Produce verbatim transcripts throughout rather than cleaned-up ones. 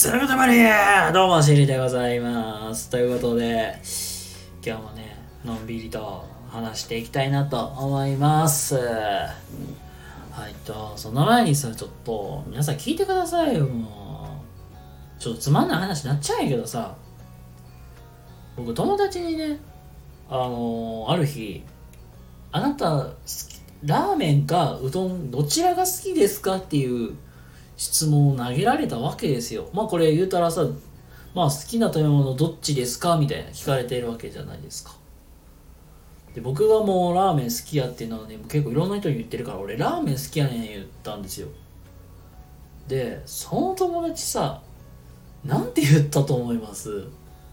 そういうことまでどうもしりでございます。ということで今日もねのんびりと話していきたいなと思います。はいとその前にさ、ちょっと皆さん聞いてくださいよ。もうちょっとつまんない話になっちゃうんやけどさ、僕友達にね、あのー、ある日、あなた好きラーメンかうどんどちらが好きですかっていう質問を投げられたわけですよ。まあこれ言うたらさ、まあ好きな食べ物どっちですかみたいな聞かれているわけじゃないですか。で僕がもうラーメン好きやっていうのはね、結構いろんな人に言ってるから、俺ラーメン好きやねん言ったんですよ。でその友達さ、なんて言ったと思います？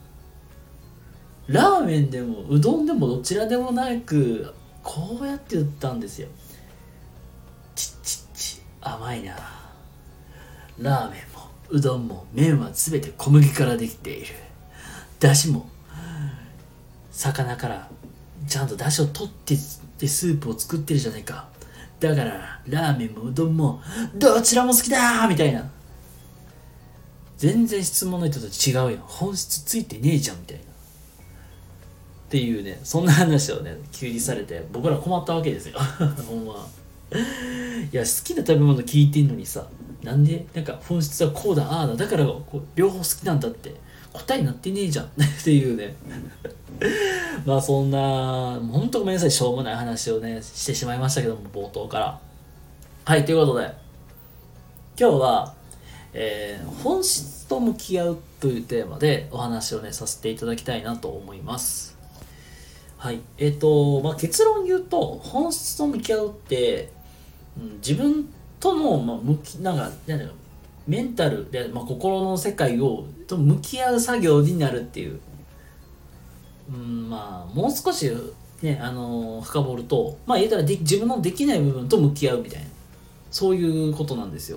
ラーメンでもうどんでもどちらでもなく、こうやって言ったんですよ。ちっちっち甘いな。ラーメンもうどんも麺は全て小麦からできている。だしも魚からちゃんとだしを取ってでスープを作ってるじゃないか。だからラーメンもうどんもどちらも好きだみたいな。全然質問の人と違うやん、本質ついてねえじゃんみたいなっていうね、そんな話をね急にされて僕ら困ったわけですよ。ほんまいや好きな食べ物聞いてんのにさ、なんでなんか本質はこうだああだだからこう両方好きなんだって答えになってねえじゃんっていうね。まあそんなほんとごめんなさい、しょうもない話をねしてしまいましたけども、冒頭から。はいということで今日は、えー、本質と向き合うというテーマでお話をねさせていただきたいなと思います。はいえっ、ー、とまあ結論言うと、本質と向き合うって自分との、まあ、向きなんかなんだろうメンタルで、まあ、心の世界をと向き合う作業になるっていう、うん、まあもう少しね、あのー深掘ると、まあ言えたらで自分のできない部分と向き合うみたいな、そういうことなんですよ。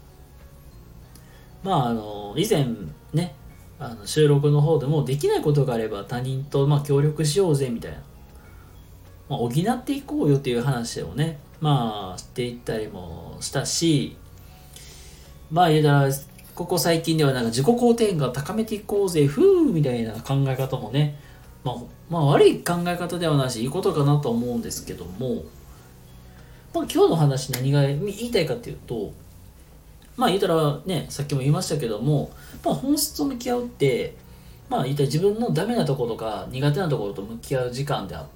まああのー以前ね、あの収録の方でもできないことがあれば他人とまあ協力しようぜみたいな、まあ、補っていこうよっていう話をねまあしていったりもしたし、まあ言うたらここ最近ではなんか自己肯定感高めていこうぜふうみたいな考え方もね、まあ、まあ悪い考え方ではないしいいことかなと思うんですけども、まあ、今日の話何が言いたいかっていうと、まあ言うたらねさっきも言いましたけども、まあ、本質と向き合うってまあ言ったら自分のダメなところとか苦手なところと向き合う時間であって、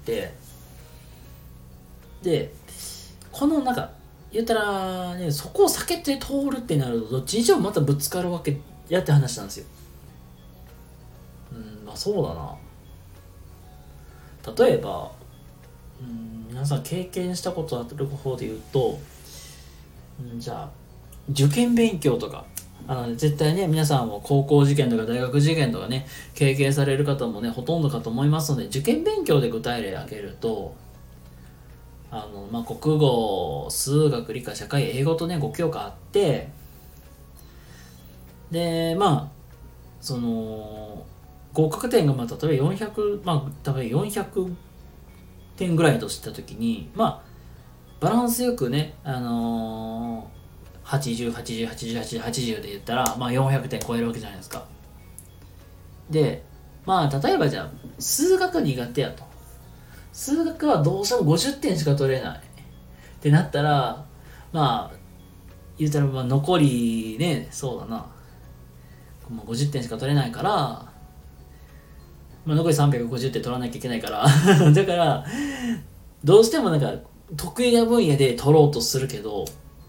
でこのなんか言ったらね、そこを避けて通るってなるとどっちにしろまたぶつかるわけやって話なんですよ。うんまあそうだな。例えばうん皆さん経験したことある方で言うと、うんじゃあ受験勉強とか、あの、ね、絶対ね皆さんも高校受験とか大学受験とかね経験される方もねほとんどかと思いますので、受験勉強で具体例挙げると、あの、まあ、国語、数学、理科、社会、英語とねご教科あって、でまあその合格点がまあ例えばよんひゃく、まあ例えばよんひゃくてんぐらいとしたときに、まあバランスよくね、あのー、はちじゅう、はちじゅう、はちじゅう、はちじゅう、はちじゅうで言ったら、まあよんひゃくてん超えるわけじゃないですか。で、まあ例えばじゃあ数学苦手やと。数学はどうしてもごじゅってんしか取れないってなったら、まあ言うたらまあ残りね、そうだな、もうごじゅってんしか取れないから、まあ、残りさんびゃくごじゅってん取らなきゃいけないからだからどうしてもなんか得意な分野で取ろうとするけど、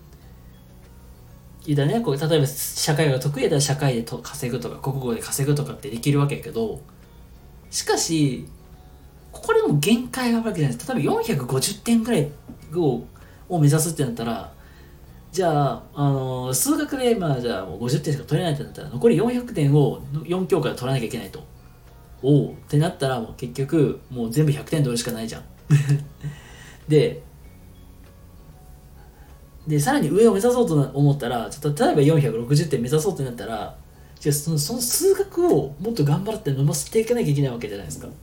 いいだね、こう例えば社会が得意やったら社会でと稼ぐとか国語で稼ぐとかってできるわけやけど、しかしここでも限界があるわけじゃないですか。例えばよんひゃくごじゅってんぐらいをを目指すってなったら、じゃあ、あのー数学でまあじゃあもうごじゅってんしか取れないってなったら残りよんひゃくてんをよん教科で取らなきゃいけないと。おうってなったらもう結局もう全部ひゃくてん取るしかないじゃん。ででさらに上を目指そうと思ったら、ちょっと例えばよんひゃくろくじゅってん目指そうってなったら、じゃあそのその数学をもっと頑張って伸ばしていかなきゃいけないわけじゃないですか。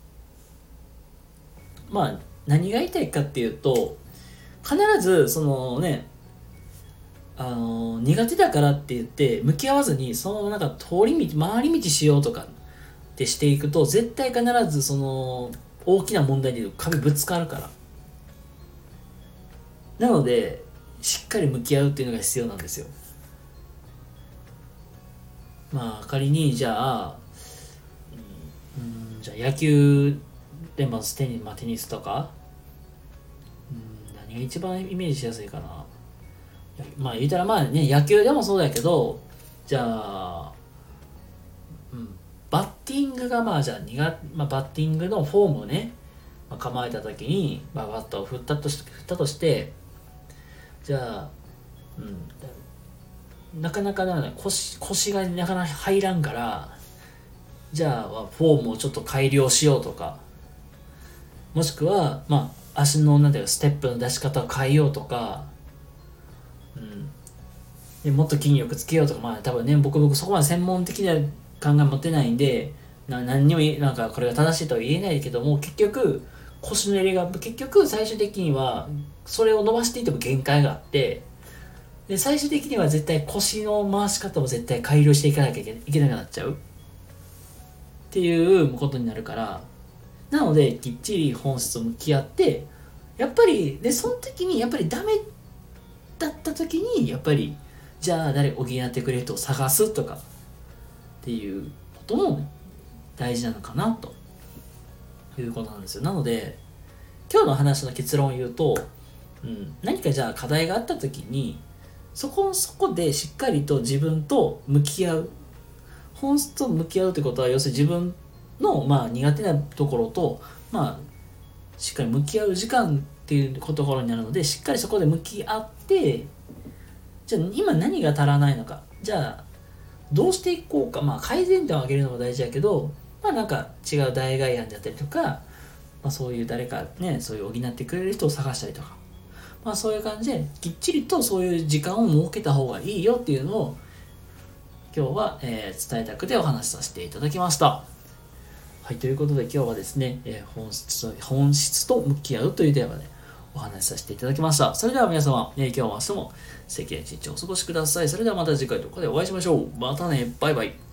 まあ何が言いたいかっていうと、必ずそのねあの苦手だからって言って向き合わずにそのなんか通り道回り道しようとかってしていくと絶対必ずその大きな問題に壁ぶつかるから。なのでしっかり向き合うっていうのが必要なんですよ。まあ仮にじゃあ、うん、じゃあ野球でまずテニ、まあ、テニスとか、うん、何が一番イメージしやすいかな。まあ言ったらまあね野球でもそうだけど、じゃあ、うん、バッティングがまあじゃあ苦、まあ、バッティングのフォームをね、まあ、構えた時に、まあ、バットを振ったとし振ったとしてじゃあ、うん、なかなかな腰腰がなかなか入らんからじゃあフォームをちょっと改良しようとか、もしくはまあ足のなんていうかステップの出し方を変えようとか、うん、でもっと筋力つけようとか、まあ多分ね僕僕そこまで専門的な考え持ってないんでな何にもなんかこれが正しいとは言えないけども、結局腰の襟が結局最終的にはそれを伸ばしていっても限界があって、で最終的には絶対腰の回し方を絶対改良していかなきゃいけなくなっちゃうっていうことになるから、なのできっちり本質と向き合ってやっぱりでその時にやっぱりダメだった時にやっぱりじゃあ誰補ってくれる人を探すとかっていうことも大事なのかなということなんですよ。なので今日の話の結論を言うと、うん、何かじゃあ課題があった時にそこそこでしっかりと自分と向き合う、本質と向き合うということは要するに自分のまあ苦手なところとまあしっかり向き合う時間っていうところになるので、しっかりそこで向き合って、じゃあ今何が足らないのか、じゃあどうしていこうか、まあ改善点を上げるのも大事だけど、まあなんか違う代替案だったりとか、まあ、そういう誰かねそういう補ってくれる人を探したりとか、まあそういう感じできっちりとそういう時間を設けた方がいいよっていうのを今日は、えー、伝えたくてお話しさせていただきました。はい、ということで今日はですね、えー、本質と本質と向き合うというテーマでお話しさせていただきました。それでは皆様、えー、今日も明日も素敵な一日をお過ごしください。それではまた次回どこかでお会いしましょう。またね、バイバイ。